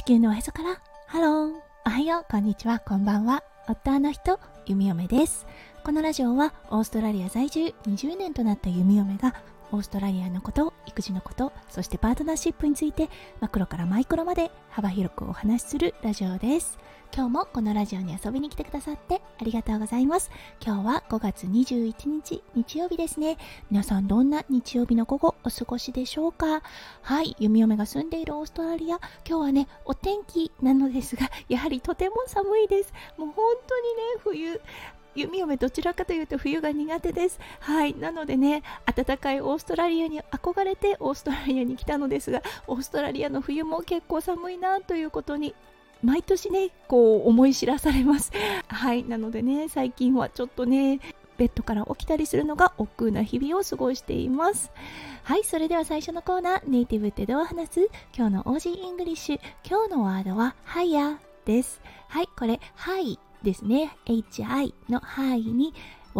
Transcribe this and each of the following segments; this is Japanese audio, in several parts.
地球のおへそからハロー、おはよう、こんにちは、こんばんは。夫の人、弓嫁です。このラジオはオーストラリア在住20年となった弓嫁がオーストラリアのこと、育児のこと、そしてパートナーシップについてマクロからマイクロまで幅広くお話しするラジオです。今日もこのラジオに遊びに来てくださってありがとうございます。今日は5月21日日曜日ですね。皆さんどんな日曜日の午後お過ごしでしょうか？はい、弓嫁が住んでいるオーストラリア、今日はねお天気なのですが、やはりとても寒いです。もう本当にね、冬、弓嫁どちらかというと冬が苦手です。はい、なのでね、暖かいオーストラリアに憧れてオーストラリアに来たのですが、オーストラリアの冬も結構寒いなということに毎年ねこう思い知らされます。はい、なのでね、最近はちょっとねベッドから起きたりするのが億劫な日々を過ごしています。はい、それでは最初のコーナー、ネイティブってどう話す？今日の OG イングリッシュ。今日のワードは Hiya です。はい、これ Hi ですね。 HI の Hi に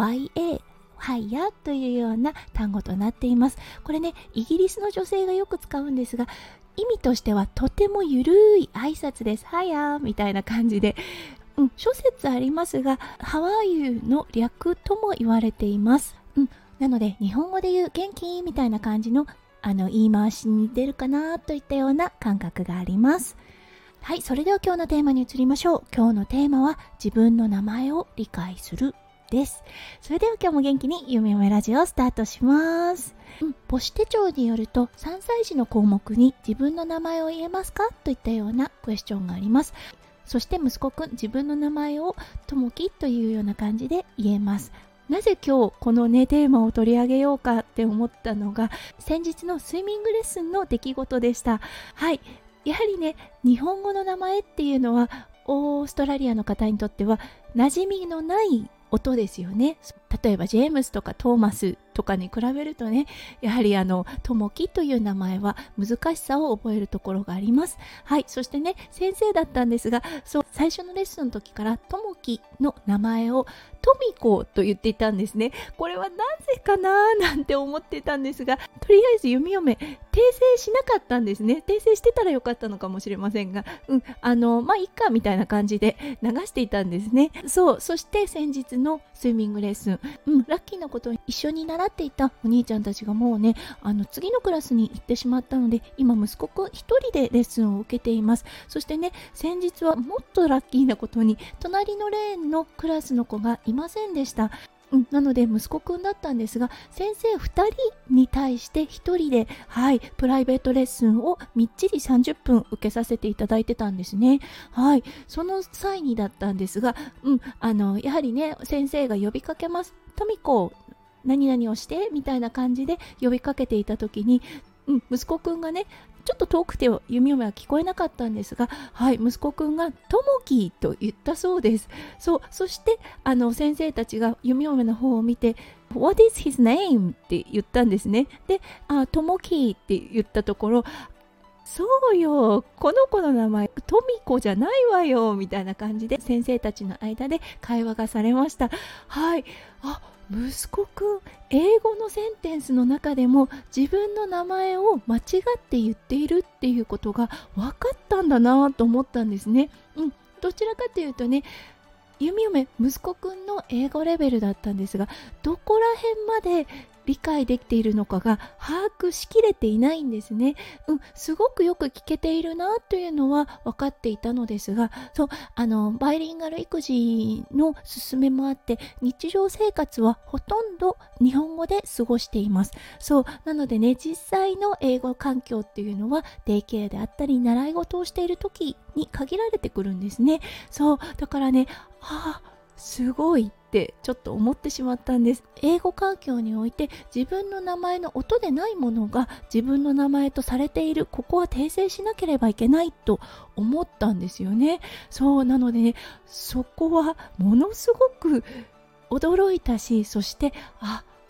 YA Hiya というような単語となっています。これね、イギリスの女性がよく使うんですが、意味としてはとてもゆるい挨拶です。Hiya みたいな感じで、諸説ありますが、How are you の略とも言われています。なので日本語で言う元気みたいな感じの言い回しに出るかなといったような感覚があります。はい、それでは今日のテーマに移りましょう。今日のテーマは自分の名前を理解するです。それでは今日も元気にゆめゆめラジオをスタートします。母子手帳によると3歳児の項目に自分の名前を言えますかといったようなクエスチョンがあります。そして息子くん、自分の名前をともきというような感じで言えます。なぜ今日このねテーマを取り上げようかって思ったのが、先日のスイミングレッスンの出来事でした。はい、やはりね、日本語の名前っていうのはオーストラリアの方にとっては馴染みのない音ですよね。例えばジェームスとかトーマスとかに比べるとね、やはりともきという名前は難しさを覚えるところがあります。はい、そしてね、先生だったんですが、最初のレッスンの時からともきの名前をトミコと言っていたんですね。これはなぜかななんて思ってたんですが、とりあえず弓嫁訂正しなかったんですね。訂正してたらよかったのかもしれませんが、まあいっかみたいな感じで流していたんですね。そして先日のスイミングレッスン、ラッキーなことに一緒に習っていたお兄ちゃんたちがもうね、次のクラスに行ってしまったので、今息子くん一人でレッスンを受けています。そしてね、先日はもっとラッキーなことに隣のレーンのクラスの子がいませんでした。なので息子くんだったんですが、先生2人に対して1人で、はい、プライベートレッスンをみっちり30分受けさせていただいてたんですね。はい、その際にだったんですが、やはりね、先生が呼びかけます。トミコ、何々をしてみたいな感じで呼びかけていた時に、息子くんがね、ちょっと遠くて弓嫁は聞こえなかったんですが、はい、息子くんがともきと言ったそうです。そして先生たちが弓嫁の方を見て What is his name? って言ったんですね。で、ともきって言ったところ、そうよ、この子の名前トミコじゃないわよみたいな感じで先生たちの間で会話がされました。はい、息子くん、英語のセンテンスの中でも自分の名前を間違って言っているっていうことが分かったんだなと思ったんですね。どちらかというとね、弓嫁、息子くんの英語レベルだったんですが、どこら辺まで理解できているのかが把握しきれていないんですね。すごくよく聞けているなというのは分かっていたのですが、バイリンガル育児の勧めもあって、日常生活はほとんど日本語で過ごしています。なのでね、実際の英語環境っていうのはデイケアであったり習い事をしている時に限られてくるんですね。だからね、すごいってちょっと思ってしまったんです。英語環境において自分の名前の音でないものが自分の名前とされている、ここは訂正しなければいけないと思ったんですよね。なのでね、そこはものすごく驚いたし、そして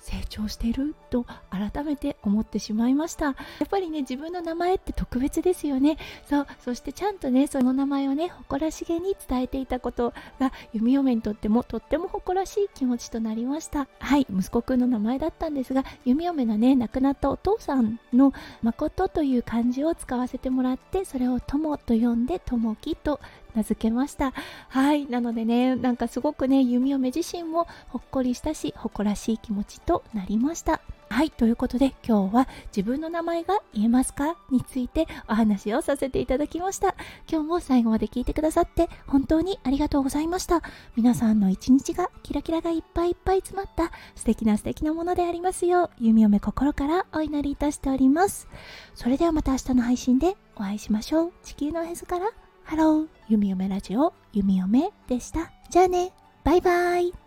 成長していると改めて思ってしまいました。やっぱりね、自分の名前って特別ですよね。そしてちゃんとね、その名前をね、誇らしげに伝えていたことが弓嫁にとってもとっても誇らしい気持ちとなりました。はい、息子くんの名前だったんですが、弓嫁のね、亡くなったお父さんの誠という漢字を使わせてもらって、それを友と呼んで友樹と名付けました。はい、なのでね、なんかすごくね、弓嫁自身もほっこりしたし、誇らしい気持ちとなりました。はい、ということで今日は自分の名前が言えますかについてお話をさせていただきました。今日も最後まで聞いてくださって本当にありがとうございました。皆さんの一日がキラキラがいっぱいいっぱい詰まった素敵なものでありますよう、弓嫁心からお祈りいたしております。それではまた明日の配信でお会いしましょう。地球のへそからハロー、弓嫁ラジオ、弓嫁でした。じゃあね、バイバイ。